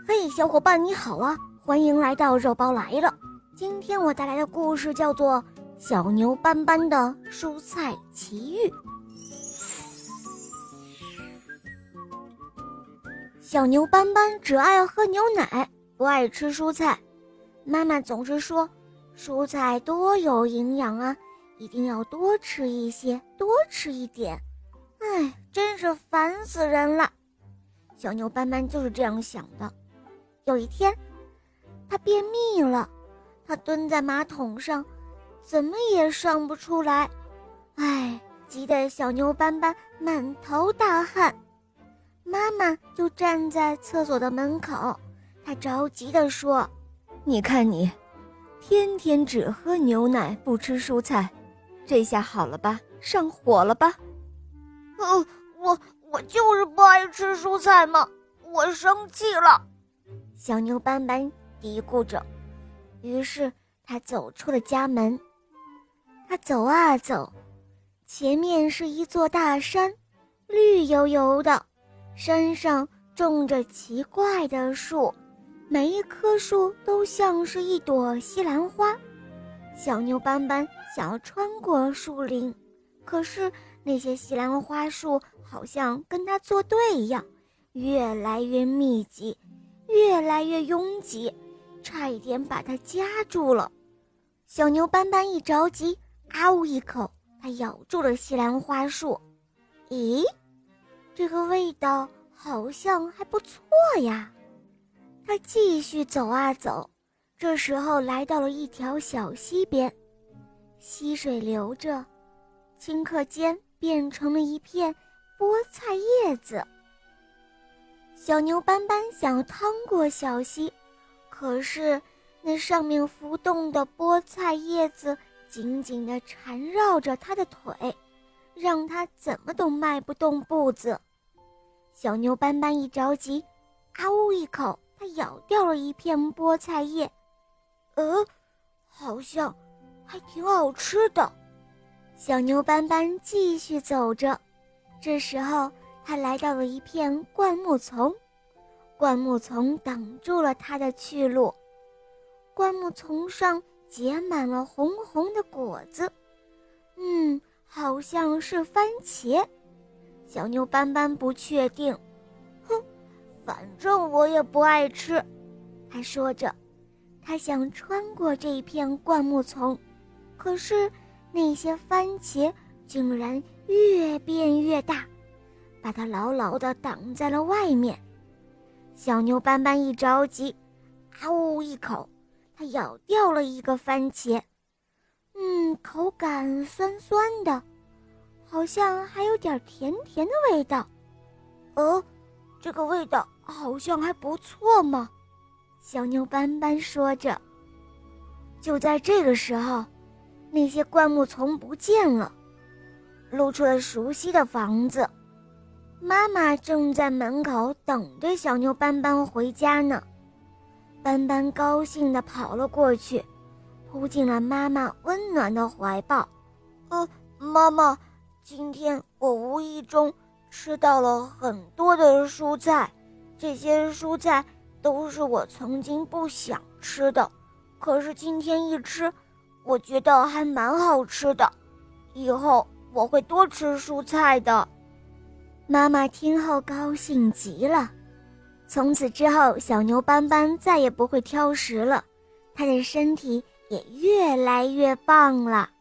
嘿，小伙伴你好啊，欢迎来到肉包来了。今天我带来的故事叫做《小牛斑斑的蔬菜奇遇》。小牛斑斑只爱喝牛奶，不爱吃蔬菜。妈妈总是说，蔬菜多有营养啊，一定要多吃一些，多吃一点。哎，真是烦死人了。小牛斑斑就是这样想的。有一天，他便秘了，他蹲在马桶上，怎么也上不出来。哎，急得小牛斑斑满头大汗。妈妈就站在厕所的门口，她着急地说：“ 你看你，天天只喝牛奶不吃蔬菜，这下好了吧？上火了吧？” 我就是不爱吃蔬菜嘛，我生气了。小牛斑斑嘀咕着，于是他走出了家门。他走啊走，前面是一座大山，绿油油的，山上种着奇怪的树，每一棵树都像是一朵西兰花。小牛斑斑想要穿过树林，可是那些西兰花树好像跟它作对一样，越来越密集，越来越拥挤，差一点把它夹住了。小牛斑斑一着急，啊呜一口，它咬住了西兰花树。咦，这个味道好像还不错呀。它继续走啊走，这时候来到了一条小溪边，溪水流着，顷刻间变成了一片菠菜叶子。小牛斑斑想趟过小溪，可是那上面浮动的菠菜叶子紧紧地缠绕着它的腿，让它怎么都迈不动步子。小牛斑斑一着急，啊呜一口，它咬掉了一片菠菜叶。好像还挺好吃的。小牛斑斑继续走着，这时候他来到了一片灌木丛，灌木丛挡住了他的去路。灌木丛上结满了红红的果子，好像是番茄。小牛斑斑不确定，反正我也不爱吃，他说着。他想穿过这片灌木丛，可是那些番茄竟然越变越大，把它牢牢地挡在了外面。小牛斑斑一着急，啊呜一口，它咬掉了一个番茄。口感酸酸的，好像还有点甜甜的味道。这个味道好像还不错嘛。小牛斑斑说着。就在这个时候，那些灌木丛不见了，露出了熟悉的房子。妈妈正在门口等着小牛斑斑回家呢。斑斑高兴地跑了过去，扑进了妈妈温暖的怀抱。妈妈，今天我无意中吃到了很多的蔬菜，这些蔬菜都是我曾经不想吃的，可是今天一吃，我觉得还蛮好吃的，以后我会多吃蔬菜的。妈妈听后高兴极了。从此之后，小牛斑斑再也不会挑食了，它的身体也越来越棒了。